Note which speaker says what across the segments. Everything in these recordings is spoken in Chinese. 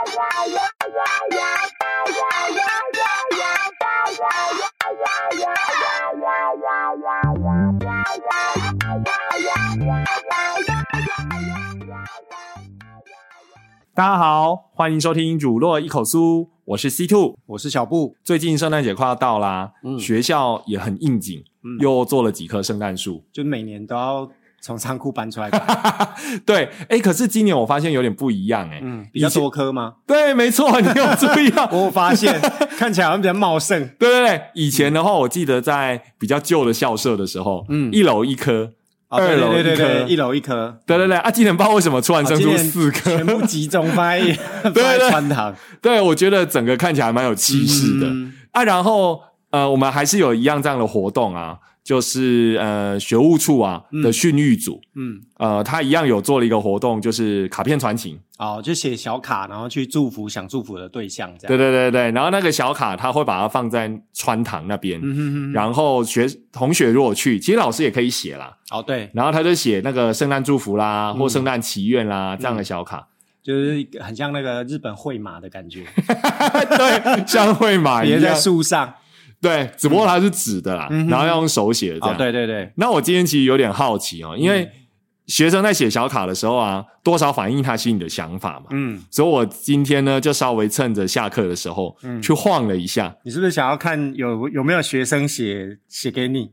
Speaker 1: 大家好，欢迎收听乳酪一口酥，我是 C2，
Speaker 2: 我是小布。
Speaker 1: 最近圣诞节快要到啦，学校也很应景，又做了几棵圣诞树，
Speaker 2: 就每年都要从仓库搬出来摆。
Speaker 1: 对，可是今年我发现有点不一样
Speaker 2: 比较多棵吗？
Speaker 1: 对，没错，你有注意到？
Speaker 2: 我有发现看起来好像比较茂盛。
Speaker 1: 对，以前的话我记得在比较旧的校舍的时候，一楼一棵。二楼一棵，
Speaker 2: 对，一楼一棵，
Speaker 1: 对，今年不知道为什么突然生出4棵，
Speaker 2: 全部集中放在穿堂。
Speaker 1: 对，我觉得整个看起来蛮有气势的然后我们还是有一样这样的活动啊，就是学务处啊的训育组，他一样有做了一个活动，就是卡片传情。
Speaker 2: 就写小卡，然后去祝福想祝福的对象这样。
Speaker 1: 对，然后那个小卡他会把它放在穿堂那边，然后同学如果去，其实老师也可以写啦。
Speaker 2: 对，
Speaker 1: 然后他就写那个圣诞祝福啦，或圣诞祈愿啦，这样的小卡。
Speaker 2: 就是很像那个日本绘马的感觉。
Speaker 1: 对，像绘马一样。
Speaker 2: 别在树上。
Speaker 1: 对，只不过它是纸的啦，然后要用手写的这样。
Speaker 2: 对。
Speaker 1: 那我今天其实有点好奇因为学生在写小卡的时候啊，多少反映他心里的想法嘛。所以我今天呢就稍微趁着下课的时候去晃了一下。
Speaker 2: 你是不是想要看有没有学生写给你？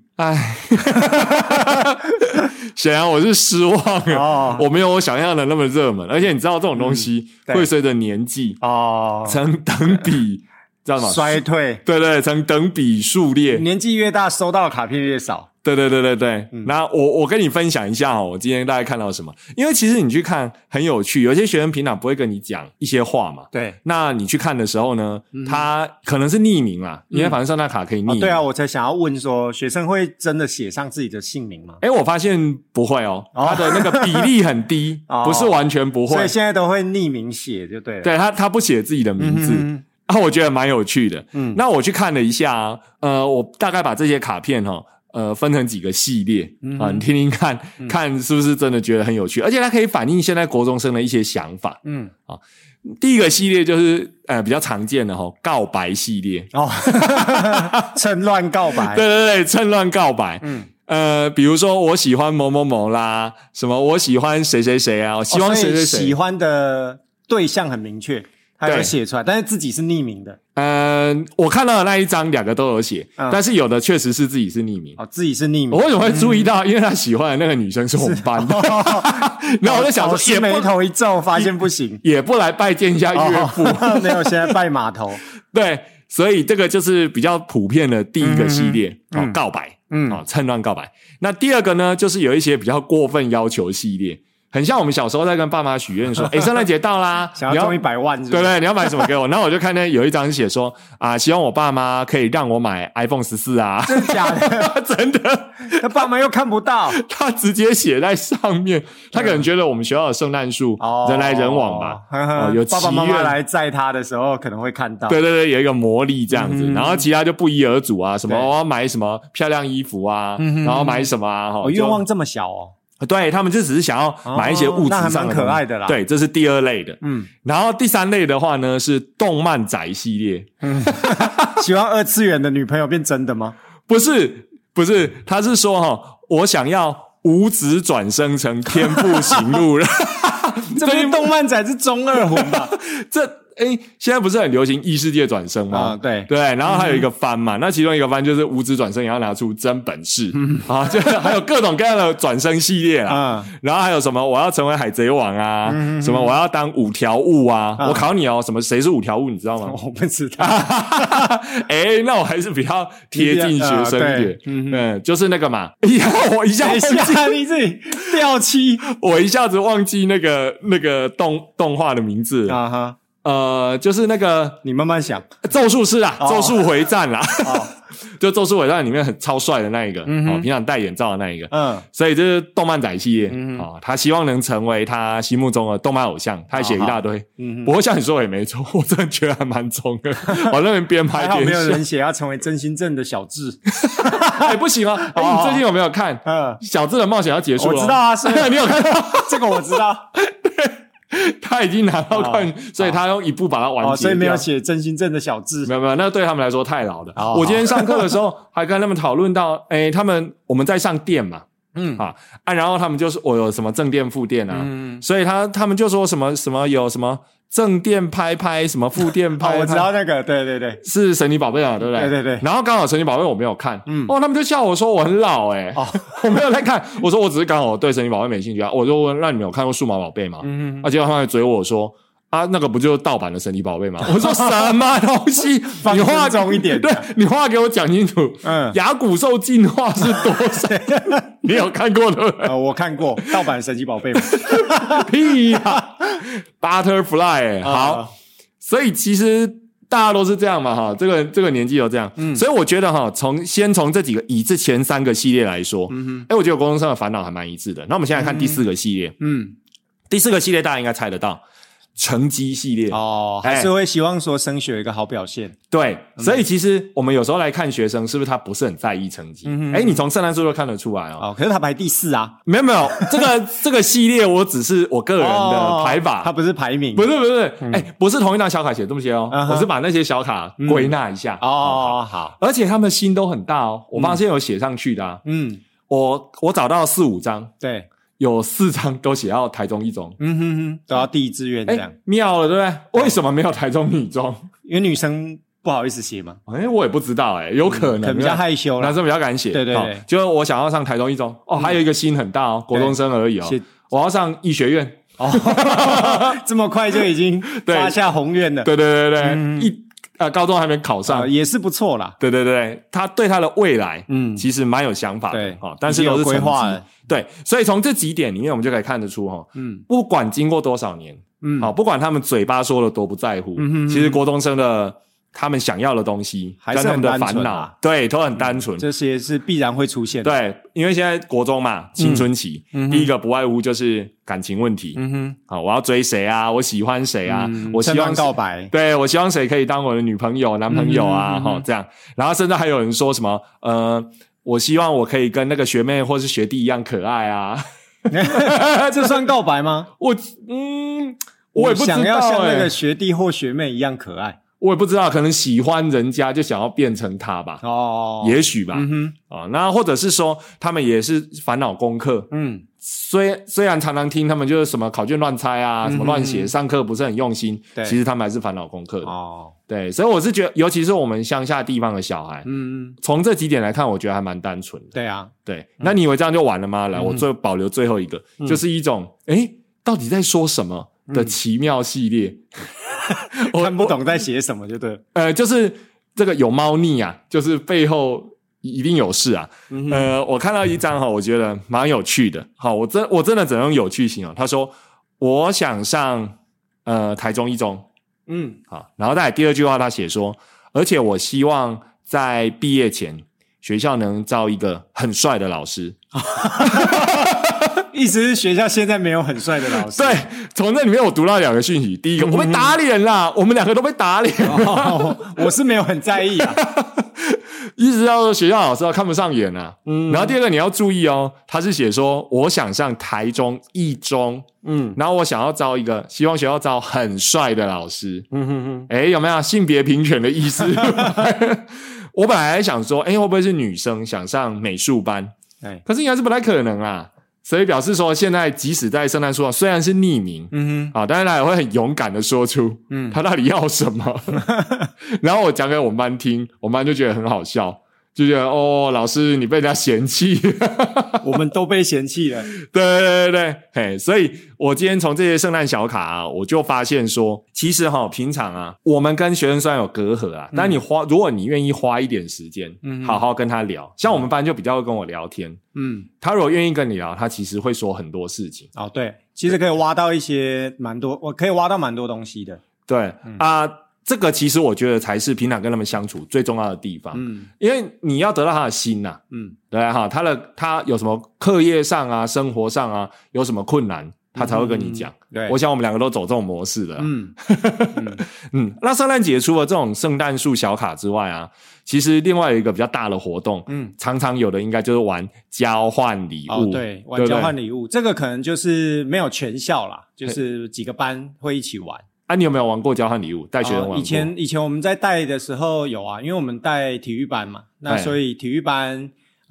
Speaker 1: 显然我是失望了。我没有我想象的那么热门，而且你知道这种东西会随着年纪成等比知道吗？
Speaker 2: 衰退。
Speaker 1: 对，成等比数列，
Speaker 2: 年纪越大收到的卡片越少。
Speaker 1: 对。那我跟你分享一下我今天大概看到什么。因为其实你去看很有趣，有些学生平常不会跟你讲一些话嘛。
Speaker 2: 对。
Speaker 1: 那你去看的时候呢，他可能是匿名啦，因为反正圣诞卡可以匿名。
Speaker 2: 对啊，我才想要问说，学生会真的写上自己的姓名吗？
Speaker 1: 我发现不会他的那个比例很低，不是完全不会。
Speaker 2: 所以现在都会匿名写就对了。
Speaker 1: 对，他不写自己的名字。我觉得蛮有趣的。那我去看了一下我大概把这些卡片分成几个系列你听听看看是不是真的觉得很有趣，而且它可以反映现在国中生的一些想法。第一个系列就是比较常见的告白系列。
Speaker 2: 趁乱告白。
Speaker 1: 对，趁乱告白。比如说我喜欢某某某啦，什么我喜欢谁谁谁啊，我希望谁谁谁。
Speaker 2: 喜欢的对象很明确，他有写出来，但是自己是匿名的。
Speaker 1: 我看到的那一张2个都有写，但是有的确实是自己是匿名。
Speaker 2: 自己是匿名。
Speaker 1: 我为什么会注意到？因为他喜欢的那个女生是我们班的。然后我就想说，
Speaker 2: 眉头一皱，发现不行，
Speaker 1: 也不来拜见一下岳父。
Speaker 2: 没有，现在拜码头。
Speaker 1: 对，所以这个就是比较普遍的第一个系列告白。趁乱告白。那第二个呢，就是有一些比较过分要求系列。很像我们小时候在跟爸妈许愿说圣诞节到啦，
Speaker 2: 想要中100万是不是？
Speaker 1: 对，你要买什么给我？然后我就看见有一张写说希望我爸妈可以让我买 iPhone 14啊。
Speaker 2: 真的假的？
Speaker 1: 真的。
Speaker 2: 他爸妈又看不到，
Speaker 1: 他直接写在上面。他可能觉得我们学校的圣诞树人来人往吧，有
Speaker 2: 爸爸妈妈来载他的时候可能会看到。
Speaker 1: 对，有一个魔力这样子。然后其他就不一而足什么我要买什么漂亮衣服然后买什么
Speaker 2: 愿望这么小
Speaker 1: 对，他们就只是想要买一些物质上的，
Speaker 2: 那还蛮可爱的啦。
Speaker 1: 对，这是第2类的。然后第3类的话呢，是动漫宅系列。
Speaker 2: 喜欢2次元的女朋友变真的吗？
Speaker 1: 不是，他是说我想要五指转生成天赋行路人。
Speaker 2: 这边动漫宅是中二魂吧？
Speaker 1: 现在不是很流行异世界转生吗？
Speaker 2: 对，
Speaker 1: 然后还有一个番嘛，那其中一个番就是五指转生也要拿出真本事就还有各种各样的转生系列啦。然后还有什么我要成为海贼王什么我要当5条悟我考你什么谁是5条悟你知道吗？
Speaker 2: 我不知道。
Speaker 1: 那我还是比较贴近学生一点。就是那个嘛。我一下忘记
Speaker 2: 你自己掉漆，
Speaker 1: 我一下子忘记那个动画的名字就是那个
Speaker 2: 你慢慢想，
Speaker 1: 咒术师咒术回战啦。就咒术回战里面很超帅的那一个平常戴眼罩的那一个所以这是动漫仔系列他希望能成为他心目中的动漫偶像，他还写一大堆不过像你说也没错，我真的觉得还蛮中的。我那边边拍边笑，还好
Speaker 2: 没有人写要成为真心正的小智。
Speaker 1: 不行你最近有没有看小智的冒险要结束了？
Speaker 2: 我知道所以
Speaker 1: 你有看到？
Speaker 2: 这个我知道。
Speaker 1: 他已经拿到冠军，所以他用一步把它完结掉。
Speaker 2: 所以没有写真心正的小字。
Speaker 1: 没有，那对他们来说太老了。我今天上课的时候还跟他们讨论到，我们在上电嘛。然后他们就是我有什么正电负电啊，所以他们就说什么有什么正电拍什么负电拍
Speaker 2: 我知道那个，对，
Speaker 1: 是神奇宝贝啊，对不对？
Speaker 2: 对。
Speaker 1: 然后刚好神奇宝贝我没有看，他们就笑我说我很老我没有在看，我说我只是刚好对神奇宝贝没兴趣啊，我就问那你们有看过数码宝贝吗？结果他们还追我说。那个不就是盗版的神奇宝贝吗？我说什么东西？你画
Speaker 2: 重一点，
Speaker 1: 对，你话给我讲清楚。牙骨兽进化是多少？你有看过对不对？
Speaker 2: 我看过盗版神奇宝贝吗？
Speaker 1: 屁呀，Butterfly 好，所以其实大家都是这样嘛哈，这个年纪都这样，所以我觉得哈，先从这几个以这前3个系列来说，我觉得国中生的烦恼还蛮一致的。那我们现在看第4个系列，第4个系列大家应该猜得到。成绩系列
Speaker 2: 还是会希望说升学有一个好表现。
Speaker 1: 对，所以其实我们有时候来看学生是不是他不是很在意成绩。你从圣诞树就看得出来
Speaker 2: 可是他排第4啊。
Speaker 1: 没有这个系列我只是我个人的排法，
Speaker 2: 他不是排名。
Speaker 1: 不是不是同一张小卡写这么些我是把那些小卡归纳一下。
Speaker 2: 好，
Speaker 1: 而且他们的心都很大我发现有写上去的我找到4-5张。
Speaker 2: 对。
Speaker 1: 有4张都写到台中一中，
Speaker 2: 都要第一志愿这样，
Speaker 1: 妙了对不对？为什么没有台中女中？因
Speaker 2: 为女生不好意思写嘛。
Speaker 1: 我也不知道有可能
Speaker 2: 比较害羞啦，
Speaker 1: 男生比较敢写。
Speaker 2: 对，
Speaker 1: 就是我想要上台中一中还有一个心很大国中生而已我要上医学院
Speaker 2: 这么快就已经发下宏愿了。
Speaker 1: 对，高中还没考上
Speaker 2: 也是不错啦。
Speaker 1: 对，他对他的未来其实蛮有想法的。
Speaker 2: 对，
Speaker 1: 但是都是
Speaker 2: 规划了。
Speaker 1: 对，所以从这几点里面我们就可以看得出不管经过多少年不管他们嘴巴说的多不在乎其实国中生的他们想要的东西
Speaker 2: 还是
Speaker 1: 跟他们的烦恼对都很单纯，
Speaker 2: 这些是必然会出现的。
Speaker 1: 对，因为现在国中嘛青春期第一个不外乎就是感情问题我要追谁啊，我喜欢谁啊我希望
Speaker 2: 告白，
Speaker 1: 对，我希望谁可以当我的女朋友男朋友啊这样，然后甚至还有人说什么我希望我可以跟那个学妹或是学弟一样可爱啊
Speaker 2: 这算告白吗？
Speaker 1: 我也不知道
Speaker 2: 想要像那个学弟或学妹一样可爱，
Speaker 1: 我也不知道，可能喜欢人家就想要变成他吧也许吧那或者是说他们也是烦恼功课虽然常常听他们就是什么考卷乱猜啊什么乱写上课不是很用心其实他们还是烦恼功课的对，所以我是觉得尤其是我们乡下地方的小孩从这几点来看我觉得还蛮单纯的。
Speaker 2: 对啊，
Speaker 1: 对，那你以为这样就完了吗？来我保留最后一个就是一种到底在说什么的奇妙系列
Speaker 2: 我看不懂在写什么就对了
Speaker 1: 就是这个有猫腻啊，就是背后一定有事啊我看到一张我觉得蛮有趣的我真的只能用有趣形容他说我想上台中一中好，然后再来第2句话他写说而且我希望在毕业前学校能招一个很帅的老师
Speaker 2: 意思是学校现在没有很帅的老师。
Speaker 1: 对，从这里面我读到2个讯息，第一个我被打脸啦，我们2个都被打脸
Speaker 2: 我是没有很在意
Speaker 1: 意思要说学校老师看不上眼然后第2个你要注意他是写说我想上台中一中然后我想要招一个希望学校招很帅的老师有没有性别平权的意思我本来还想说会不会是女生想上美术班可是应该是不太可能啦，所以表示说现在即使在圣诞树上虽然是匿名但是他也会很勇敢的说出他到底要什么然后我讲给我们班听，我们班就觉得很好笑，就觉得老师你被人家嫌弃
Speaker 2: 我们都被嫌弃了
Speaker 1: 对所以我今天从这些圣诞小卡我就发现说其实平常我们跟学生虽然有隔阂但如果你愿意花一点时间好好跟他聊像我们班就比较会跟我聊天他如果愿意跟你聊他其实会说很多事情
Speaker 2: 对，其实可以挖到一些我可以挖到蛮多东西的。
Speaker 1: 对这个其实我觉得才是平常跟他们相处最重要的地方因为你要得到他的心对他有什么课业上生活上有什么困难他才会跟你讲。
Speaker 2: 对，
Speaker 1: 我想我们两个都走这种模式的。那圣诞节除了这种圣诞树小卡之外啊，其实另外有一个比较大的活动，常常有的应该就是玩交换礼物。
Speaker 2: 对，玩交换礼物，这个可能就是没有全校啦，就是几个班会一起玩。
Speaker 1: 你有没有玩过交换礼物？带学生玩过？
Speaker 2: 以前我们在带的时候有啊，因为我们带体育班嘛，那所以体育班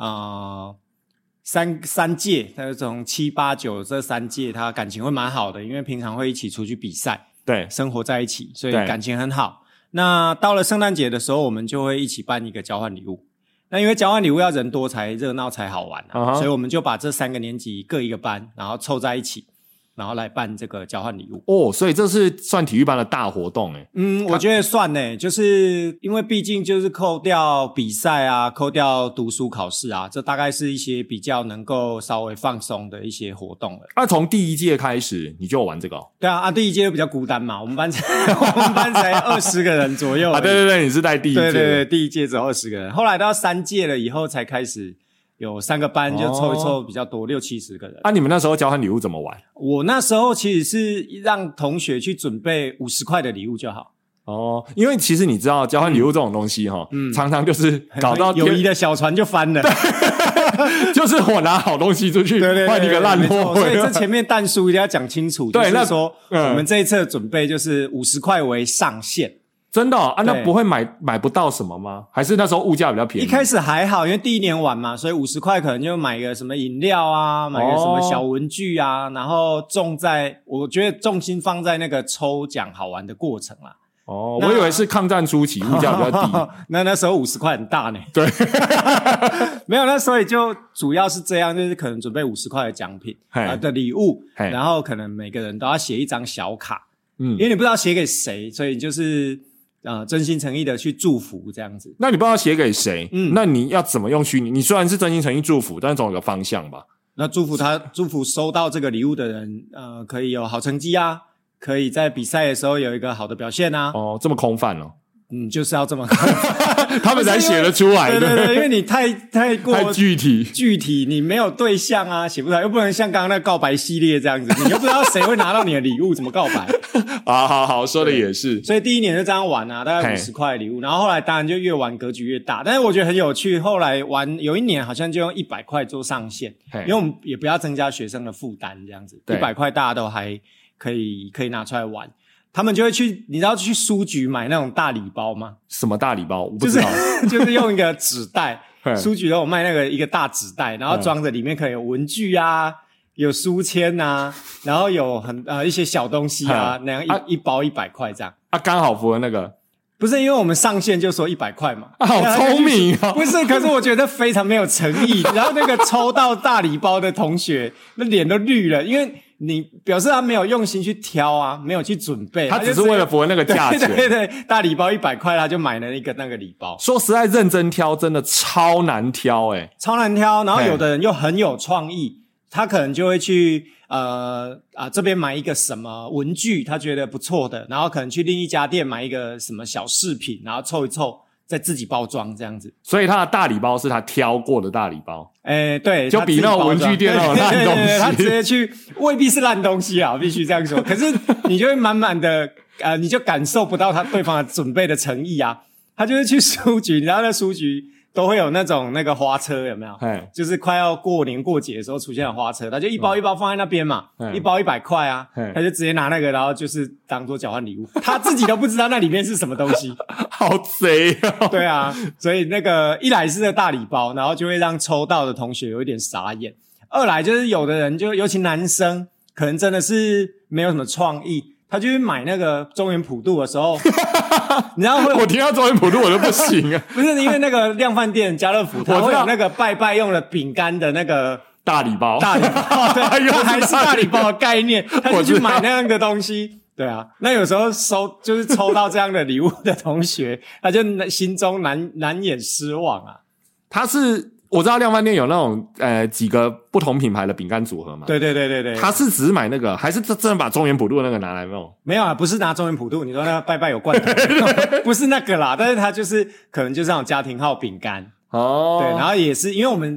Speaker 2: 三届，他就从7、8、9这3届，他感情会蛮好的，因为平常会一起出去比赛，
Speaker 1: 对，
Speaker 2: 生活在一起，所以感情很好。那到了圣诞节的时候，我们就会一起办一个交换礼物。那因为交换礼物要人多才热闹才好玩啊，所以我们就把这3个年级各一个班，然后凑在一起，然后来办这个交换礼物。
Speaker 1: 所以这是算体育班的大活动诶。
Speaker 2: 我觉得算诶，就是因为毕竟就是扣掉比赛啊，扣掉读书考试啊，这大概是一些比较能够稍微放松的一些活动了。
Speaker 1: 从第1届开始你就玩这个
Speaker 2: 对啊，第1届比较孤单嘛，我们班才20个人左右
Speaker 1: 对，你是带第1届。
Speaker 2: 对，第1届只有20个人，后来到3届了以后才开始有3个班，就凑一凑比较多，60、70个人。
Speaker 1: 你们那时候交换礼物怎么玩？
Speaker 2: 我那时候其实是让同学去准备50块的礼物就好。
Speaker 1: 因为其实你知道交换礼物这种东西常常就是搞到
Speaker 2: 友谊的小船就翻了。
Speaker 1: 就是我拿好东西出去换一个烂货，
Speaker 2: 所以这前面但书一定要讲清楚。
Speaker 1: 对，
Speaker 2: 就是说我们这一次的准备就是50块为上限。
Speaker 1: 真的那不会买不到什么吗？还是那时候物价比较便宜？
Speaker 2: 一开始还好，因为第1年玩嘛，所以50块可能就买个什么饮料啊，买个什么小文具啊，然后我觉得重心放在那个抽奖好玩的过程啦。
Speaker 1: 我以为是抗战初期物价比较低。
Speaker 2: 那时候50块很大呢。
Speaker 1: 对。
Speaker 2: 没有，那所以就主要是这样，就是可能准备50块的奖品的礼物，然后可能每个人都要写一张小卡，因为你不知道写给谁，所以你就是真心诚意的去祝福这样子。
Speaker 1: 那你不知道写给谁，那你要怎么用虚拟？你虽然是真心诚意祝福，但是总有个方向吧。
Speaker 2: 那祝福收到这个礼物的人，可以有好成绩啊，可以在比赛的时候有一个好的表现啊。
Speaker 1: 这么空泛
Speaker 2: 就是要这么
Speaker 1: 他们才写得出来的。
Speaker 2: 对，因为你太
Speaker 1: 具
Speaker 2: 体，你没有对象啊，写不出来，又不能像刚刚那个告白系列这样子，你又不知道谁会拿到你的礼物，怎么告白？
Speaker 1: 好，说的也是。
Speaker 2: 所以第1年就这样玩啊，大概50块礼物，然后后来当然就越玩格局越大，但是我觉得很有趣。后来玩有1年好像就用100块做上限，因为我们也不要增加学生的负担，这样子100块大家都还可以拿出来玩。他们就会去，你知道去书局买那种大礼包吗？
Speaker 1: 什么大礼包？我不知道。
Speaker 2: 就是用一个纸袋，书局都有卖那个一个大纸袋，然后装着里面可能有文具啊，有书签啊，然后有一些小东西啊，那样一包100块这样。
Speaker 1: 刚好符合那个。
Speaker 2: 不是因为我们上线就说100块嘛，
Speaker 1: 好聪明哦！
Speaker 2: 不是，可是我觉得非常没有诚意。然后那个抽到大礼包的同学，那脸都绿了，因为你表示他没有用心去挑啊，没有去准备，
Speaker 1: 他只是为了符合那个价钱。
Speaker 2: 对，大礼包100块，他就买了那个礼包。
Speaker 1: 说实在，认真挑真的超难挑
Speaker 2: 超难挑。然后有的人又很有创意，他可能就会去这边买一个什么文具，他觉得不错的，然后可能去另一家店买一个什么小饰品，然后凑一凑，再自己包装这样子。
Speaker 1: 所以他的大礼包是他挑过的大礼包。
Speaker 2: 对，
Speaker 1: 就比那种文具店那种烂东西。
Speaker 2: 他直接去，未必是烂东西啊，必须这样说。可是你就会满满的你就感受不到对方的准备的诚意啊。他就是去书局，然后在书局都会有那个花车，有没有？就是快要过年过节的时候出现的花车，他就一包一包放在那边嘛，一包100块啊，他就直接拿那个，然后就是当做交换礼物，他自己都不知道那里面是什么东西，
Speaker 1: 好贼哦！
Speaker 2: 对啊，所以那个一来是个大礼包，然后就会让抽到的同学有一点傻眼；二来就是有的人就尤其男生，可能真的是没有什么创意。他就去买那个中元普渡的时候，你知道我
Speaker 1: 听到中元普渡我都不行啊！
Speaker 2: 不是因为那个量贩店家乐福，它会有那个拜拜用的饼干的那个
Speaker 1: 大礼包，
Speaker 2: 对，它还是大礼包的概念，他就去买那样的东西。对啊，那有时候就是抽到这样的礼物的同学，他就心中难掩失望啊。
Speaker 1: 我知道量贩店有那种几个不同品牌的饼干组合嘛。
Speaker 2: 对，
Speaker 1: 他是只是买那个，还是真的把中元普渡那个拿来用？
Speaker 2: 没有啊，不是拿中元普渡，你说那拜拜有罐头，不是那个啦，但是他就是可能就是那种家庭号饼干。对，然后也是因为我们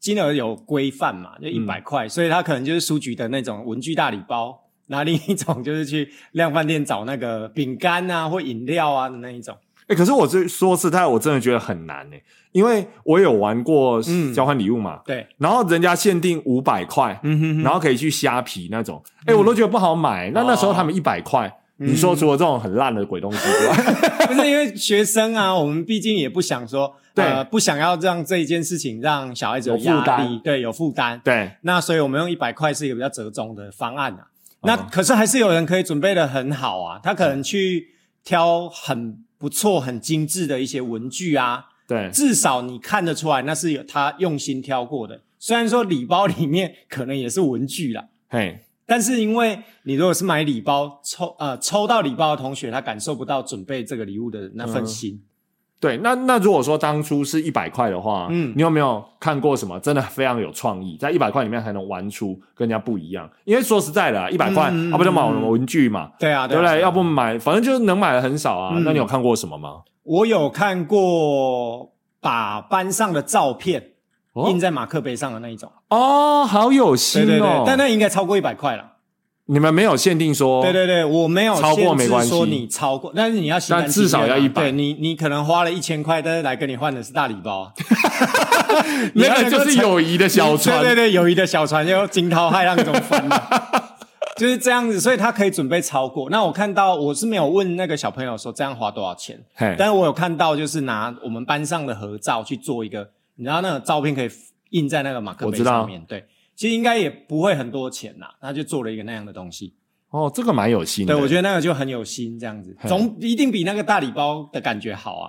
Speaker 2: 金额有规范嘛，就100块，所以他可能就是书局的那种文具大礼包，然后另一种就是去量贩店找那个饼干啊或饮料啊的那一种。
Speaker 1: 可是我说实在，我真的觉得很难因为我有玩过交换礼物嘛，
Speaker 2: 对，
Speaker 1: 然后人家限定500块，然后可以去虾皮那种，我都觉得不好买。那时候他们100块，你说除了这种很烂的鬼东西之外，
Speaker 2: 不是因为学生啊，我们毕竟也不想说，不想要让这一件事情让小孩子有压力，对，有负担，
Speaker 1: 对，
Speaker 2: 那所以我们用100块是一个比较折中的方案啊。那可是还是有人可以准备的很好啊，他可能去挑很不错、很精致的一些文具啊。
Speaker 1: 对，
Speaker 2: 至少你看得出来那是有他用心挑过的。虽然说礼包里面可能也是文具啦，但是因为你如果是买礼包抽到礼包的同学，他感受不到准备这个礼物的那份心。
Speaker 1: 对，那如果说当初是100块的话，你有没有看过什么真的非常有创意，在100块里面还能玩出跟人家不一样？因为说实在的100块不就买文具嘛，
Speaker 2: 对啊，
Speaker 1: 对不对？要不买，反正就是能买的很少啊。那你有看过什么吗？
Speaker 2: 我有看过把班上的照片印在马克杯上的那一种。
Speaker 1: 好有心
Speaker 2: 对，但那应该超过100块啦。
Speaker 1: 你们没有限定说，
Speaker 2: 对，我没有
Speaker 1: 超过没关系，
Speaker 2: 说你超过，但是你要心甘情愿，
Speaker 1: 但至少要100。
Speaker 2: 对，你可能花了1000块，但是来跟你换的是大礼包，
Speaker 1: 那个就是友谊的小船。
Speaker 2: 对，友谊的小船又惊涛骇浪中翻了。就是这样子，所以他可以准备超过。那我看到，我是没有问那个小朋友说这样花多少钱，但是我有看到就是拿我们班上的合照去做一个，你知道那个照片可以印在那个马克杯上面，对，其实应该也不会很多钱啦，他就做了一个那样的东西。
Speaker 1: 这个蛮有心的。
Speaker 2: 对，我觉得那个就很有心，这样子总一定比那个大礼包的感觉好啊。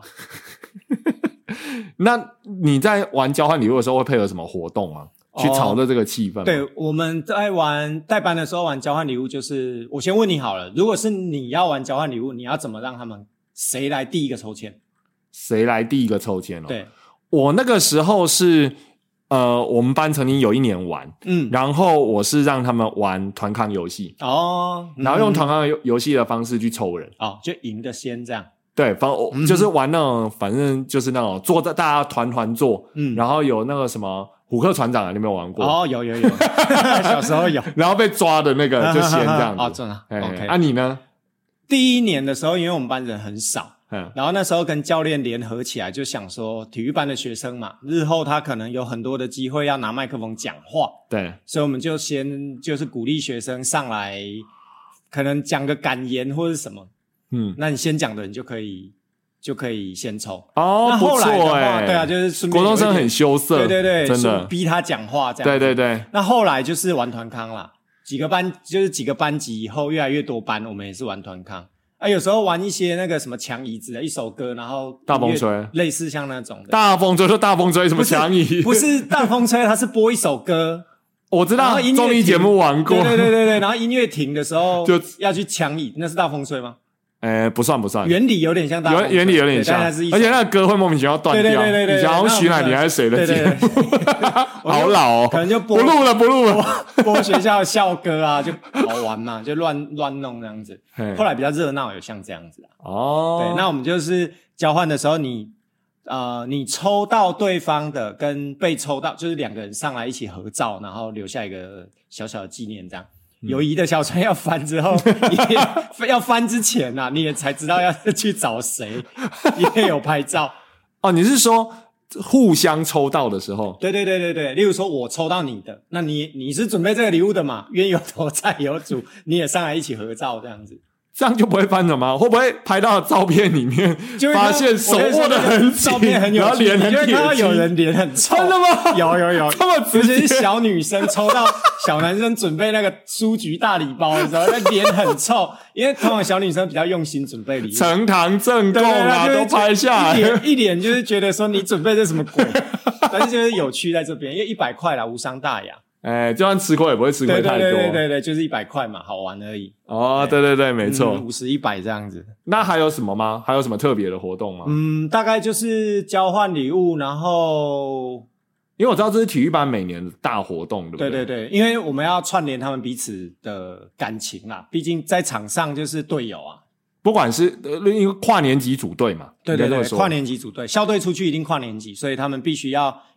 Speaker 1: 那你在玩交换礼物的时候会配合什么活动吗？去炒热这个气氛吗？
Speaker 2: 对，我们在玩代班的时候玩交换礼物，就是我先问你好了，如果是你要玩交换礼物，你要怎么让他们谁来第一个抽签？
Speaker 1: 谁来第一个抽签
Speaker 2: 对，
Speaker 1: 我那个时候是我们班曾经有一年玩，然后我是让他们玩团康游戏然后用团康游戏的方式去抽人
Speaker 2: 就赢的先这样。
Speaker 1: 对，就是玩那种，反正就是那种坐在大家团坐，然后有那个什么虎克船长你有没有玩过？
Speaker 2: 有，小时候有，
Speaker 1: 然后被抓的那个就先这样子。
Speaker 2: 真的。
Speaker 1: OK，你呢？
Speaker 2: 第一年的时候，因为我们班人很少，然后那时候跟教练联合起来，就想说体育班的学生嘛，日后他可能有很多的机会要拿麦克风讲话，
Speaker 1: 对，
Speaker 2: 所以我们就先就是鼓励学生上来，可能讲个感言或是什么。那你先讲的人就可以先抽那后来的话，对啊，就是顺便
Speaker 1: 国中生很羞涩，
Speaker 2: 对，
Speaker 1: 真的
Speaker 2: 逼他讲话这样。
Speaker 1: 对。
Speaker 2: 那后来就是玩团康啦，几个班级以后越来越多班，我们也是玩团康有时候玩一些那个什么抢椅子的一首歌，然后
Speaker 1: 大风吹，
Speaker 2: 类似像那种的
Speaker 1: 大风吹，说大风吹什么抢椅？
Speaker 2: 不是大风吹，它是播一首歌。
Speaker 1: 我知道，综艺节目玩过。
Speaker 2: 对，然后音乐停的时候就要去抢椅，那是大风吹吗？
Speaker 1: 不算，原
Speaker 2: 理有点像大风吹，
Speaker 1: 原理有点像，而且那个歌会莫名其妙断掉。对，以前好像徐乃麟还是谁的节目，好老
Speaker 2: 可能就不
Speaker 1: 录了，
Speaker 2: 播学校的校歌啊，就好玩嘛，就乱弄这样子。后来比较热闹，有像这样子对，那我们就是交换的时候，你抽到对方的跟被抽到，就是2个人上来一起合照，然后留下一个小小的纪念这样。友谊的小船要翻之后，要翻之前你也才知道要去找谁，也有拍照。
Speaker 1: 你是说互相抽到的时候？
Speaker 2: 对，例如说我抽到你的，那你是准备这个礼物的嘛？冤有头债有主，你也上来一起合照这样子。
Speaker 1: 这样就不会翻了吗？会不会拍到照片里面发现手握的很紧，
Speaker 2: 照片很有趣，
Speaker 1: 然后脸很铁，
Speaker 2: 你就看到有人脸很臭？
Speaker 1: 真的吗？
Speaker 2: 有，
Speaker 1: 这么直接？
Speaker 2: 尤其是小女生抽到小男生准备那个书局大礼包的时候，那脸很臭，因为通常小女生比较用心准备礼物，
Speaker 1: 呈堂证供都拍下来，
Speaker 2: 一脸就是觉得说你准备这什么鬼？但是就是有趣在这边，因为100块啦，无伤大雅。
Speaker 1: 就算吃亏也不会吃亏太多。
Speaker 2: 对，就是100块嘛，好玩而已。
Speaker 1: 对，没错
Speaker 2: ，50、100这样子。
Speaker 1: 那还有什么吗？还有什么特别的活动吗？
Speaker 2: 大概就是交换礼物，然后
Speaker 1: 因为我知道这是体育班每年的大活动，对不对？
Speaker 2: 对，因为我们要串联他们彼此的感情啦，毕竟在场上就是队友啊。
Speaker 1: 不管是因为跨年级组队嘛，
Speaker 2: 对，跨年级组队，校队出去一定跨年级，所以他们必须要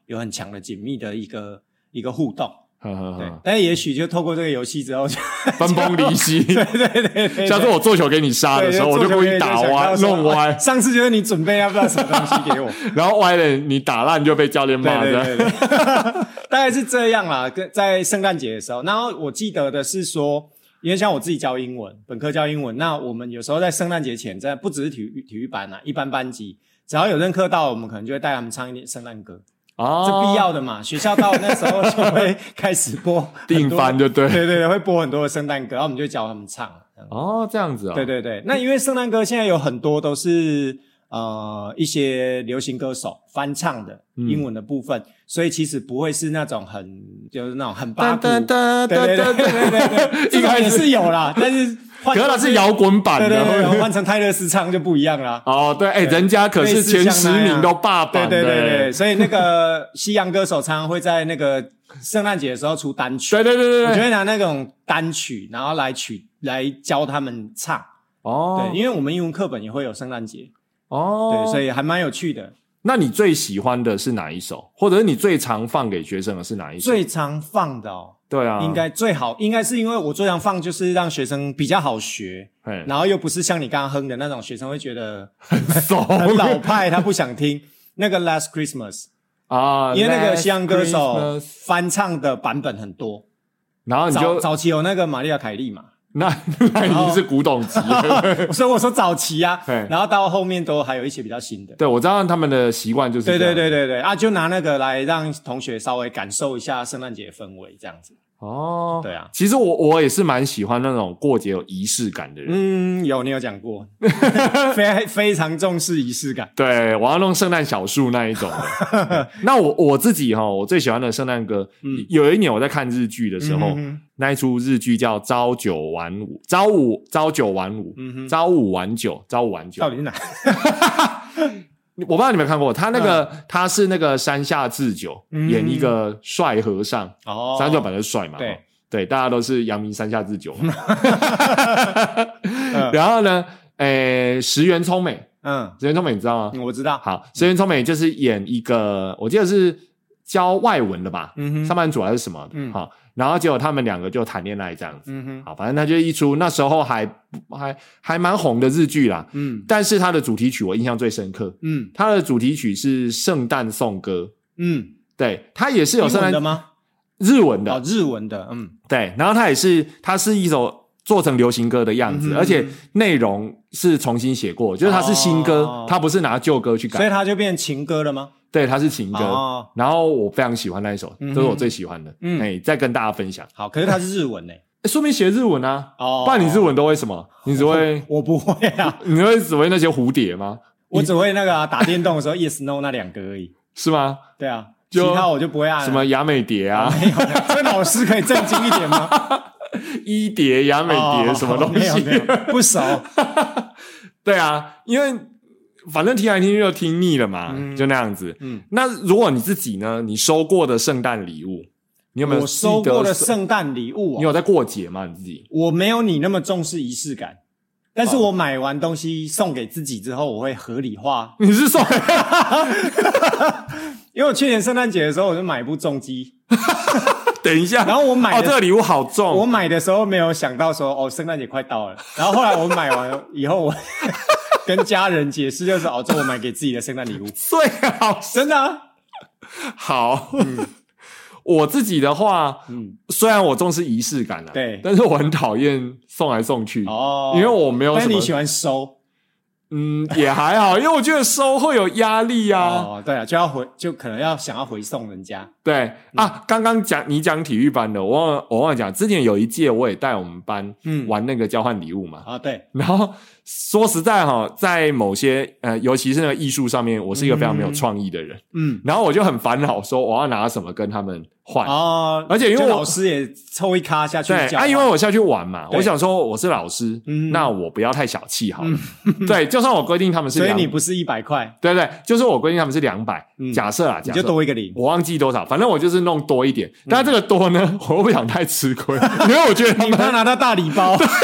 Speaker 2: 有很强的紧密的一个互动。对，
Speaker 1: 呵，
Speaker 2: 但是也许就透过这个游戏之后就
Speaker 1: 分崩离析。
Speaker 2: 对，
Speaker 1: 下次我做球给你杀的时候，我就故意打歪弄歪。
Speaker 2: 上次就是你准备要不知道什么东西给我，
Speaker 1: 然后歪了你打烂就被教练骂的。
Speaker 2: 对，大概是这样啦。在圣诞节的时候，然后我记得的是说，因为像我自己教英文，本科教英文，那我们有时候在圣诞节前，在不只是体育班啊，一般班级只要有任课到，我们可能就会带他们唱一点圣诞歌。这必要的嘛，学校到那时候就会开始播
Speaker 1: 定番，就对，
Speaker 2: 对，会播很多的圣诞歌，然后我们就教他们唱。
Speaker 1: 这样子啊。
Speaker 2: 对，那因为圣诞歌现在有很多都是一些流行歌手翻唱的英文的部分，所以其实不会是那种就是那种很八股，对，一开始是有啦，但是
Speaker 1: 可是它是摇滚版的，
Speaker 2: 对，换成泰勒斯唱就不一样啦。
Speaker 1: 对，人家可是前10名都霸榜的，
Speaker 2: 对，所以那个西洋歌手常常会在那个圣诞节的时候出单曲，
Speaker 1: 对，
Speaker 2: 我就会拿那种单曲，然后来教他们唱。对，因为我们英文课本也会有圣诞节，对，所以还蛮有趣的。
Speaker 1: 那你最喜欢的是哪一首？或者是你最常放给学生的是哪一首？
Speaker 2: 最常放的
Speaker 1: 对啊，
Speaker 2: 应该是因为我最常放就是让学生比较好学，然后又不是像你刚刚哼的那种，学生会觉得很老派，他不想听那个 Last Christmas 因为那个西洋歌手翻唱的版本很多，
Speaker 1: 然后你就
Speaker 2: 早期有那个玛丽亚凯莉嘛。
Speaker 1: 那已经是古董级了，
Speaker 2: 所以我说早期啊，然后到后面都还有一些比较新的。
Speaker 1: 对，我知道他们的习惯就是这样。
Speaker 2: 对啊，就拿那个来让同学稍微感受一下圣诞节氛围，这样子。对啊，
Speaker 1: 其实我也是蛮喜欢那种过节有仪式感的人。
Speaker 2: 你有讲过，非常重视仪式感。
Speaker 1: 对，我要弄圣诞小树那一种的。那我自己我最喜欢的圣诞歌，有一年我在看日剧的时候，那一出日剧叫朝九晚五，朝五晚九，
Speaker 2: 到底是哪？
Speaker 1: 我不知道你有没有看过，他是那个山下智久演一个帅和尚，山下智久本来是帅嘛，对，大家都是扬名山下智久嘛。然后呢，石原聪美，石原聪美你知道吗？
Speaker 2: 我知道。
Speaker 1: 好，石原聪美就是演一个，我记得是教外文的吧，上班族还是什么的，好。然后结果他们两个就谈恋爱这样子，好，反正他就一出那时候还蛮红的日剧啦，但是他的主题曲我印象最深刻，他的主题曲是圣诞颂歌，对，他也是有圣诞
Speaker 2: 的吗？
Speaker 1: 日文的，
Speaker 2: 日文的，
Speaker 1: 对，然后它是一首做成流行歌的样子，而且内容是重新写过，就是它是新歌，它不是拿旧歌去改，
Speaker 2: 所以它就变情歌了吗？
Speaker 1: 对，它是情歌，然后我非常喜欢那一首，这是我最喜欢的，再跟大家分享。
Speaker 2: 好，可是它是日文
Speaker 1: 说明学日文啊，不然你日文都会什么？你只会
Speaker 2: 我不会啊，
Speaker 1: 你只会那些蝴蝶吗？
Speaker 2: 我只会那个打电动的时候 yes no 那2个而已，
Speaker 1: 是吗？
Speaker 2: 对啊，其他我就不会按
Speaker 1: 什么雅美蝶啊，
Speaker 2: 没有，这老师可以正经一点吗？
Speaker 1: 一蝶、雅美蝶什么东西？
Speaker 2: 没有不熟。
Speaker 1: 对啊，因为反正听来听去就听腻了嘛，就那样子。那如果你自己呢？你收过的圣诞礼物，你有没有？
Speaker 2: 我收过的圣诞礼物，
Speaker 1: 你有在过节吗？你自己？
Speaker 2: 我没有你那么重视仪式感，但是我买完东西送给自己之后，我会合理化。
Speaker 1: 你是送？
Speaker 2: 因为我去年圣诞节的时候，我就买一部重机。
Speaker 1: 等一下，
Speaker 2: 然后我买
Speaker 1: 这个礼物好重。
Speaker 2: 我买的时候没有想到说，圣诞节快到了。然后后来我买完以后，我跟家人解释，就是这我买给自己的圣诞礼物。
Speaker 1: 最好，
Speaker 2: 真的啊。
Speaker 1: 好，我自己的话，虽然我重视仪式感
Speaker 2: 对，
Speaker 1: 但是我很讨厌送来送去因为我没有什么。
Speaker 2: 但你喜欢收？
Speaker 1: 也还好，因为我觉得收会有压力啊。
Speaker 2: 对啊，就可能想要回送人家。
Speaker 1: 对啊，刚刚你讲体育班的，我忘了讲，之前有一届我也带我们班玩那个交换礼物嘛。
Speaker 2: 对。
Speaker 1: 然后说实在在某些尤其是那个艺术上面，我是一个非常没有创意的人。然后我就很烦恼说我要拿什么跟他们换而且因为
Speaker 2: 老师也抽一咖下去教
Speaker 1: 因为我下去玩嘛，我想说我是老师，那我不要太小气好了。对，就算我规定他们是
Speaker 2: 所以你不是100块，
Speaker 1: 对，就是我规定他们是200，假设你
Speaker 2: 就多一个0，
Speaker 1: 我忘记多少，反正我就是弄多一点。但这个多呢，我又不想太吃亏，因为我觉得
Speaker 2: 你怕拿到大礼包。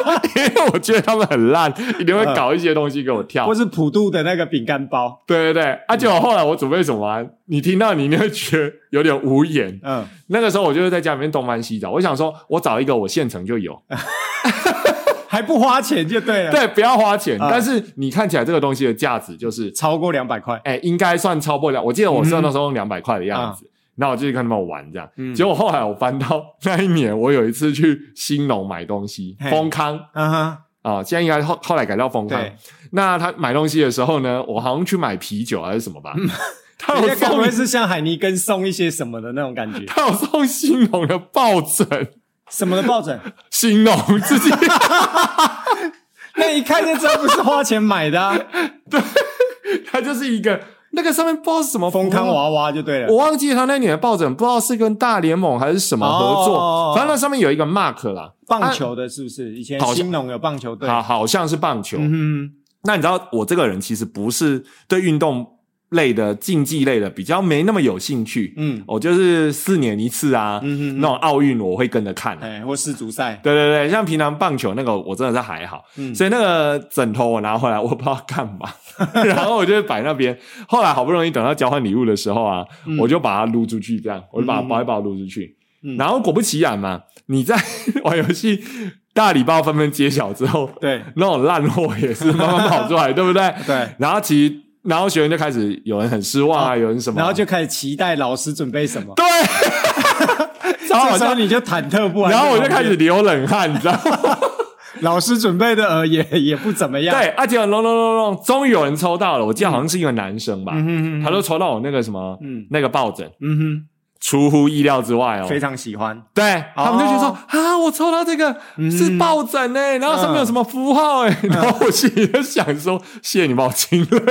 Speaker 1: 因为我觉得他们很烂，一定会搞一些东西给我跳，
Speaker 2: 或是普渡的那个饼干包。
Speaker 1: 对对对，结果后来我准备什么啊？你听到你会觉得有点无言。那个时候我就是在家里面东翻西找，我想说我找一个我现成就有。
Speaker 2: 还不花钱就对了，
Speaker 1: 对，不要花钱，但是你看起来这个东西的价值就是
Speaker 2: 超过200块，
Speaker 1: 应该算超过了。我记得我是那时候用200块的样子，那我就去跟他们玩这样。结果后来我翻到那一年，我有一次去兴隆买东西，丰康现在应该后来改叫丰康。那他买东西的时候呢，我好像去买啤酒还是什么吧。他有
Speaker 2: 送，该不会是像海尼根送一些什么的那种感觉？
Speaker 1: 他有送兴隆的抱枕。
Speaker 2: 什么的抱枕？
Speaker 1: 兴隆自己
Speaker 2: 那一看就知道不是花钱买的啊。
Speaker 1: 对，它就是一个那个上面不知道是什么
Speaker 2: 丰康娃娃就对了。
Speaker 1: 我忘记他那年的抱枕不知道是跟大联盟还是什么合作，反正那上面有一个 mark 啦，
Speaker 2: 棒球的是不是？以前兴隆有棒球队，
Speaker 1: 好像是棒球。那你知道我这个人其实不是对运动类的竞技类的比较没那么有兴趣，我就是4年一次啊，那种奥运我会跟着看，
Speaker 2: 或世足赛，
Speaker 1: 对对对，像平常棒球那个我真的是还好，所以那个枕头我拿回来我不知道干嘛，然后我就摆那边，后来好不容易等到交换礼物的时候啊，我就把它撸出去，这样我就把它包一包撸出去，然后果不其然嘛，你在玩游戏大礼包纷纷揭晓之后，
Speaker 2: 对，
Speaker 1: 那种烂货也是慢慢跑出来，对不对？
Speaker 2: 对，
Speaker 1: 然后学生就开始有人很失望啊，有人什么，
Speaker 2: 然后就开始期待老师准备什么。
Speaker 1: 对，
Speaker 2: 这时候你就忐忑不安，
Speaker 1: 然后我就开始流冷汗，你知道吗？
Speaker 2: 老师准备的也不怎么样。
Speaker 1: 对，结果弄，终于有人抽到了，我记得好像是一个男生吧，他就抽到我那个什么，那个抱枕，出乎意料之外哦，
Speaker 2: 非常喜欢。
Speaker 1: 对，他们就觉得说我抽到这个是抱枕欸，然后上面有什么符号欸，然后我心里就想说，谢谢你帮我清了。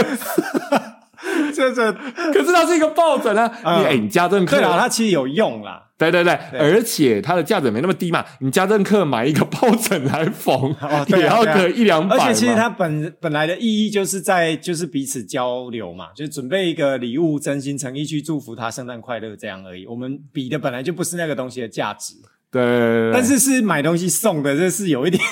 Speaker 1: 可是它是一个抱枕啊，你家政课
Speaker 2: 对啦，它其实有用啦。
Speaker 1: 对对对，而且它的价值没那么低嘛，你家政课买一个抱枕来缝，也要个100-200嘛。
Speaker 2: 而且其实它本来的意义就是彼此交流嘛，就是准备一个礼物，真心诚意去祝福他圣诞快乐这样而已。我们比的本来就不是那个东西的价值，
Speaker 1: 对，
Speaker 2: 但是买东西送的，这是有一点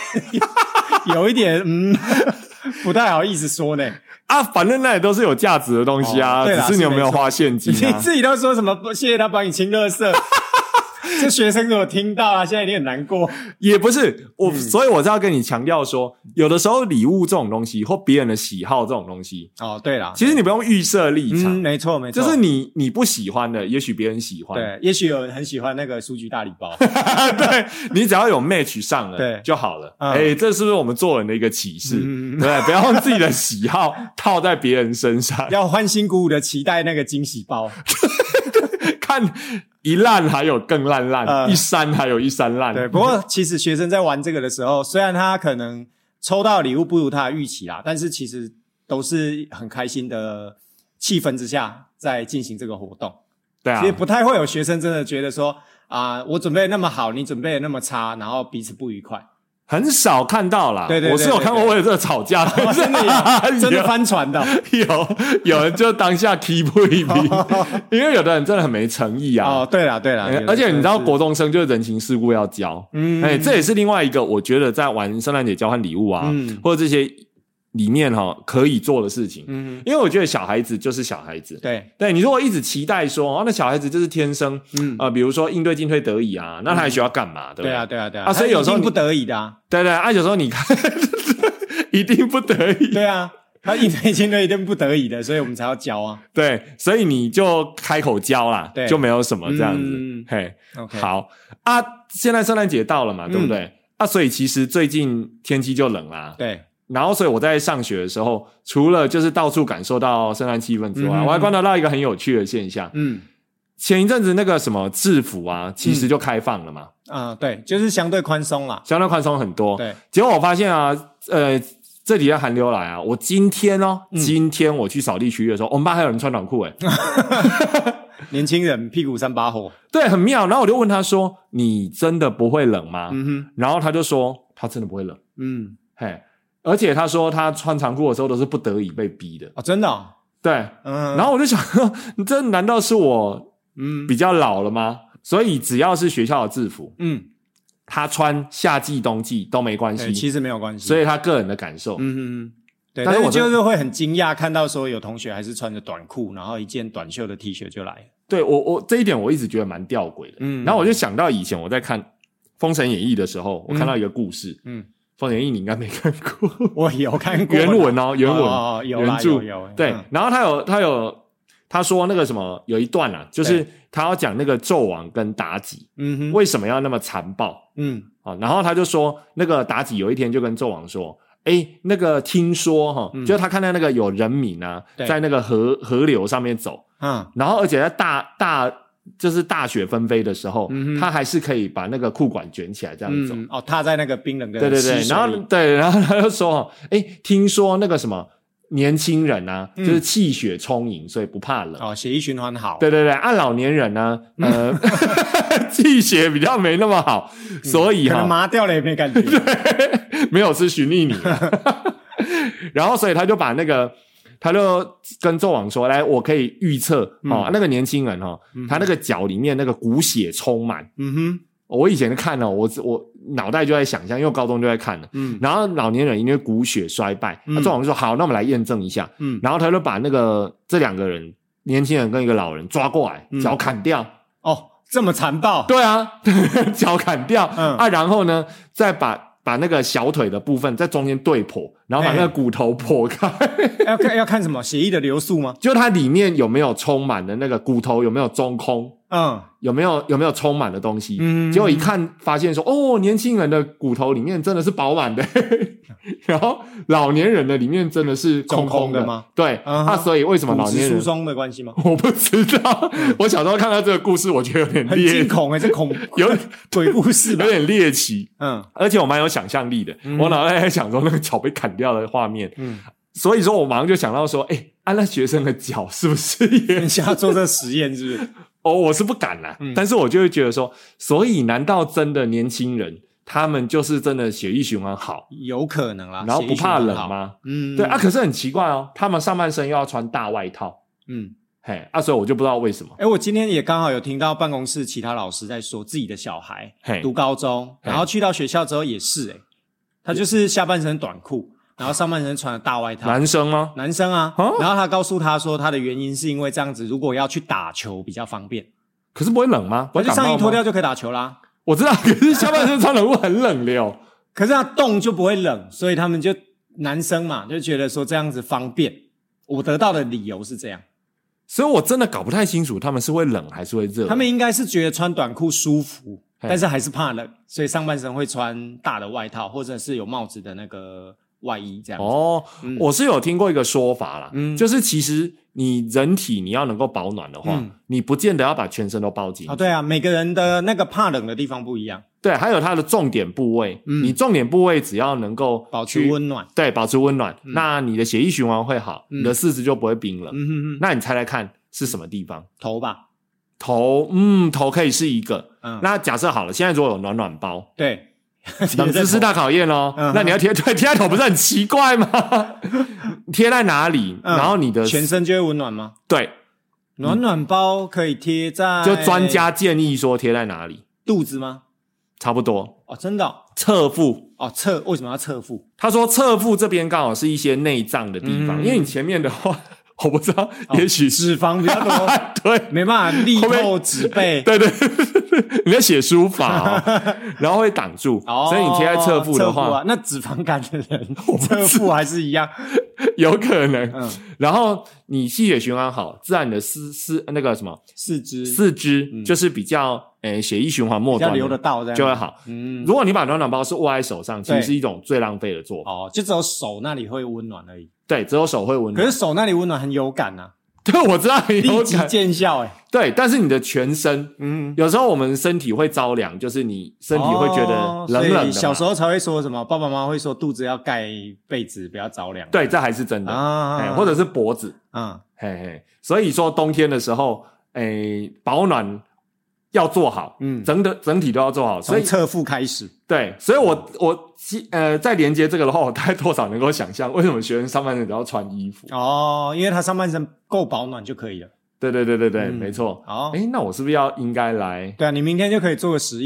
Speaker 2: 不太好意思说呢。
Speaker 1: 反正那也都是有价值的东西啊，只是你有没有花现金啊？
Speaker 2: 你自己都说什么谢谢他帮你清垃圾。这学生如果听到啊，现在一定很难过。
Speaker 1: 也不是所以我是要跟你强调说，有的时候礼物这种东西或别人的喜好这种东西，
Speaker 2: 对啦，
Speaker 1: 其实你不用预设立场，
Speaker 2: 没错，
Speaker 1: 就是你不喜欢的，也许别人喜欢，
Speaker 2: 对，也许有人很喜欢那个书局大礼包，
Speaker 1: 对，你只要有 match 上了，
Speaker 2: 对
Speaker 1: 就好了。这是不是我们做人的一个启示？对，不要用自己的喜好套在别人身上，
Speaker 2: 要欢欣鼓舞的期待那个惊喜包。
Speaker 1: 看一烂还有更烂，一删还有一删烂。
Speaker 2: 对，不过其实学生在玩这个的时候，虽然他可能抽到的礼物不如他的预期啦，但是其实都是很开心的气氛之下在进行这个活动。
Speaker 1: 对啊，
Speaker 2: 其实不太会有学生真的觉得说我准备的那么好，你准备的那么差，然后彼此不愉快。
Speaker 1: 很少看到啦，
Speaker 2: 对，
Speaker 1: 我是有看过为了这个吵架的，
Speaker 2: 真的有，真的翻船的，
Speaker 1: 有人就当下 keep 一批，因为有的人真的很没诚意啊。
Speaker 2: 对啦，
Speaker 1: 而且你知道国中生就是人情世故要教，这也是另外一个我觉得在玩圣诞节交换礼物啊，或者这些里面可以做的事情，因为我觉得小孩子就是小孩子，对，你如果一直期待说那小孩子就是天生，比如说应对进退得宜啊，那他还需要干嘛？对不对？
Speaker 2: 对啊，
Speaker 1: 所以有时候
Speaker 2: 不得已的啊，
Speaker 1: 对，有时候你看一定不得已，
Speaker 2: 对啊，他应对进退一定不得已的，所以我们才要教啊，
Speaker 1: 对，所以你就开口教啦，就没有什么这样子，嘿，
Speaker 2: OK，
Speaker 1: 好现在圣诞节到了嘛，对不对？所以其实最近天气就冷啦，
Speaker 2: 对。
Speaker 1: 然后，所以我在上学的时候，除了就是到处感受到圣诞气氛之外，我还观察到一个很有趣的现象。前一阵子那个什么制服啊，其实就开放了嘛。
Speaker 2: 对，就是相对宽松啦，
Speaker 1: 相对宽松很多。
Speaker 2: 对，
Speaker 1: 结果我发现啊，这几天寒流来啊，我今天我去扫地区的时候，我们班还有人穿短裤
Speaker 2: 年轻人屁股3把火，
Speaker 1: 对，很妙。然后我就问他说：“你真的不会冷吗？”然后他就说：“他真的不会冷。”嘿。而且他说他穿长裤的时候都是不得已被逼的
Speaker 2: 真的
Speaker 1: 对，然后我就想说，这难道是我比较老了吗？所以只要是学校的制服， 他穿夏季冬季都没关系，
Speaker 2: 其实没有关系，
Speaker 1: 所以他个人的感受。
Speaker 2: 对，但是就是会很惊讶看到说有同学还是穿着短裤，然后一件短袖的 T 恤就来了。
Speaker 1: 对，我这一点我一直觉得蛮吊诡的。然后我就想到以前我在看《封神演义》的时候，我看到一个故事。封神演义你应该没看过，
Speaker 2: 我有看过
Speaker 1: 原文原文
Speaker 2: 原著有。
Speaker 1: 对，然后他说那个什么有一段啊，就是他要讲那个纣王跟妲己，为什么要那么残暴？然后他就说那个妲己有一天就跟纣王说，那个听说就是他看到那个有人民啊，在那个河流上面走，然后而且在就是大雪纷飞的时候，他还是可以把那个裤管卷起来这样走。
Speaker 2: 踏在那个冰冷的
Speaker 1: 对，然后他就说听说那个什么年轻人啊，就是气血充盈，所以不怕冷。
Speaker 2: 血液循环好。
Speaker 1: 对，老年人呢，气血比较没那么好，所以
Speaker 2: 可能麻掉了也没感觉。
Speaker 1: 对，没有吃循利宁。然后所以他就把那个。他就跟纣王说：“来，我可以预测那个年轻人他那个脚里面那个骨血充满。我以前看了，我脑袋就在想象，因为我高中就在看了。然后老年人因为骨血衰败，纣王就说：好，那我们来验证一下。然后他就把那个这两个人，年轻人跟一个老人抓过来，脚砍掉。
Speaker 2: 这么残暴？
Speaker 1: 对啊，脚砍掉然后呢，再把那个小腿的部分在中间对剖，然后把那个骨头剖开。
Speaker 2: 要看什么？血液的流速吗？
Speaker 1: 就它里面有没有充满的那个骨头有没有中空？有没有充满的东西？结果一看发现说，年轻人的骨头里面真的是饱满的，然后老年人的里面真的是空空的
Speaker 2: 吗？
Speaker 1: 对，所以为什么老年人
Speaker 2: 骨质疏松的关系吗？
Speaker 1: 我不知道。我小时候看到这个故事，我觉得有点
Speaker 2: 很惊恐这有鬼故事吧，
Speaker 1: 有点猎奇。而且我蛮有想象力的，我脑袋在想说那个脚被砍掉的画面。所以说我马上就想到说，那学生的脚是不是也
Speaker 2: 想要做这实验？是不是？
Speaker 1: 我是不敢啦，但是我就会觉得说，所以难道真的年轻人他们就是真的血液循环好？
Speaker 2: 有可能啦，
Speaker 1: 然后不怕冷吗？对可是很奇怪他们上半身又要穿大外套。所以我就不知道为什么。
Speaker 2: 我今天也刚好有听到办公室其他老师在说自己的小孩读高中，然后去到学校之后也是他就是下半身短裤，然后上半身穿了大外套。
Speaker 1: 男生吗？
Speaker 2: 男生啊。然后他告诉他说他的原因是因为这样子如果要去打球比较方便。
Speaker 1: 可是不会冷吗？
Speaker 2: 我就上衣脱掉就可以打球啦。
Speaker 1: 我知道，可是下半身穿冷裤很冷的
Speaker 2: 可是他动就不会冷，所以他们就男生嘛就觉得说这样子方便。我得到的理由是这样。
Speaker 1: 所以我真的搞不太清楚他们是会冷还是会热。
Speaker 2: 他们应该是觉得穿短裤舒服，但是还是怕冷，所以上半身会穿大的外套或者是有帽子的那个外衣这样子。
Speaker 1: 我是有听过一个说法啦，就是其实你人体你要能够保暖的话，你不见得要把全身都包紧。
Speaker 2: 对啊，每个人的那个怕冷的地方不一样。
Speaker 1: 对，还有它的重点部位，你重点部位只要能够
Speaker 2: 保持温暖，
Speaker 1: 对，保持温暖，那你的血液循环会好，你的四肢就不会冰冷。那你猜猜看是什么地方？
Speaker 2: 头吧。
Speaker 1: 头可以是一个。那假设好了，现在如果有暖暖包，
Speaker 2: 对，
Speaker 1: 冷知识大考验咯。那你要贴在头不是很奇怪吗？贴在哪里？然后你的
Speaker 2: 全身就会温暖吗？
Speaker 1: 对，
Speaker 2: 暖暖包可以贴在，
Speaker 1: 就专家建议说贴在哪里？
Speaker 2: 肚子吗？
Speaker 1: 差不多。
Speaker 2: 真的
Speaker 1: 侧腹。
Speaker 2: 为什么要侧腹？
Speaker 1: 他说侧腹这边刚好是一些内脏的地方，因为你前面的话我不知道，也许
Speaker 2: 脂肪比较多
Speaker 1: 对，
Speaker 2: 没办法力透纸背。
Speaker 1: 对，你在写书法然后会挡住，所以你贴在侧腹的话，
Speaker 2: 那脂肪肝的人侧腹还是一样
Speaker 1: 有可能。然后你气血循环好，自然你的那个什么四肢就是比较血液循环末端
Speaker 2: 比较流得到这样
Speaker 1: 就会好。如果你把暖暖包是握在手上，其实是一种最浪费的做法。
Speaker 2: 就只有手那里会温暖而已。
Speaker 1: 对，只有手会温暖。
Speaker 2: 可是手那里温暖很有感啊。
Speaker 1: 对，我知道很有感，
Speaker 2: 立即见效
Speaker 1: 对，但是你的全身，有时候我们身体会着凉，就是你身体会觉得冷冷的嘛。
Speaker 2: 小时候才会说什么，爸爸妈妈会说肚子要盖被子，不要着凉。
Speaker 1: 对，这还是真的。或者是脖子。所以说冬天的时候，保暖要做好，整体都要做好，所以
Speaker 2: 从侧腹开始。
Speaker 1: 对，所以我在连接这个的话，我大概多少能够想象为什么学生上半身都要穿衣服。
Speaker 2: 因为他上半身够保暖就可以了。
Speaker 1: 对，没错。那我是不是应该来？
Speaker 2: 对啊，你明天就可以做个实验。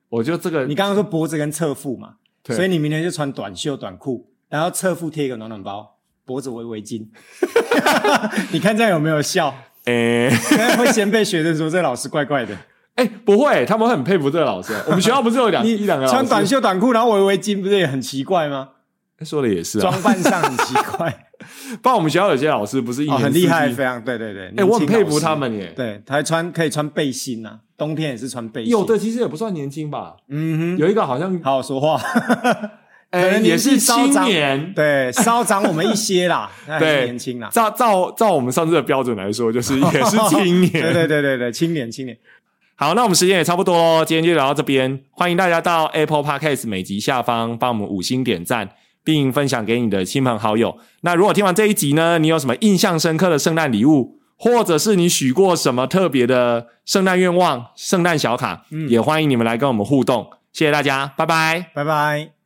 Speaker 1: 我就这个，
Speaker 2: 你刚刚说脖子跟侧腹嘛，
Speaker 1: 对
Speaker 2: 所以你明天就穿短袖短裤，然后侧腹贴一个暖暖包，脖子围巾。你看这样有没有效？会先被学生说这老师怪怪的。
Speaker 1: 不会，他们会很佩服这个老师。我们学校不是有一两个老师
Speaker 2: 穿短袖短裤，然后围巾，不是也很奇怪吗？
Speaker 1: 说的也是啊，
Speaker 2: 装扮上很奇怪。
Speaker 1: 不然我们学校有些老师不是一年
Speaker 2: 很厉害，非常对。
Speaker 1: 我很佩服他们耶。
Speaker 2: 对，他可以穿背心啊，冬天也是穿背心。
Speaker 1: 有的其实也不算年轻吧。有一个好像
Speaker 2: 好好说话。
Speaker 1: 可能也是青年，
Speaker 2: 对，稍长我们一些啦，对，年轻啦。
Speaker 1: 照我们上次的标准来说，就是也是青年。
Speaker 2: 对，青年。
Speaker 1: 好，那我们时间也差不多咯，今天就聊到这边。欢迎大家到 Apple Podcast 每集下方帮我们5星点赞，并分享给你的亲朋好友。那如果听完这一集呢，你有什么印象深刻的圣诞礼物，或者是你许过什么特别的圣诞愿望、圣诞小卡，也欢迎你们来跟我们互动。谢谢大家，拜拜，
Speaker 2: 拜拜。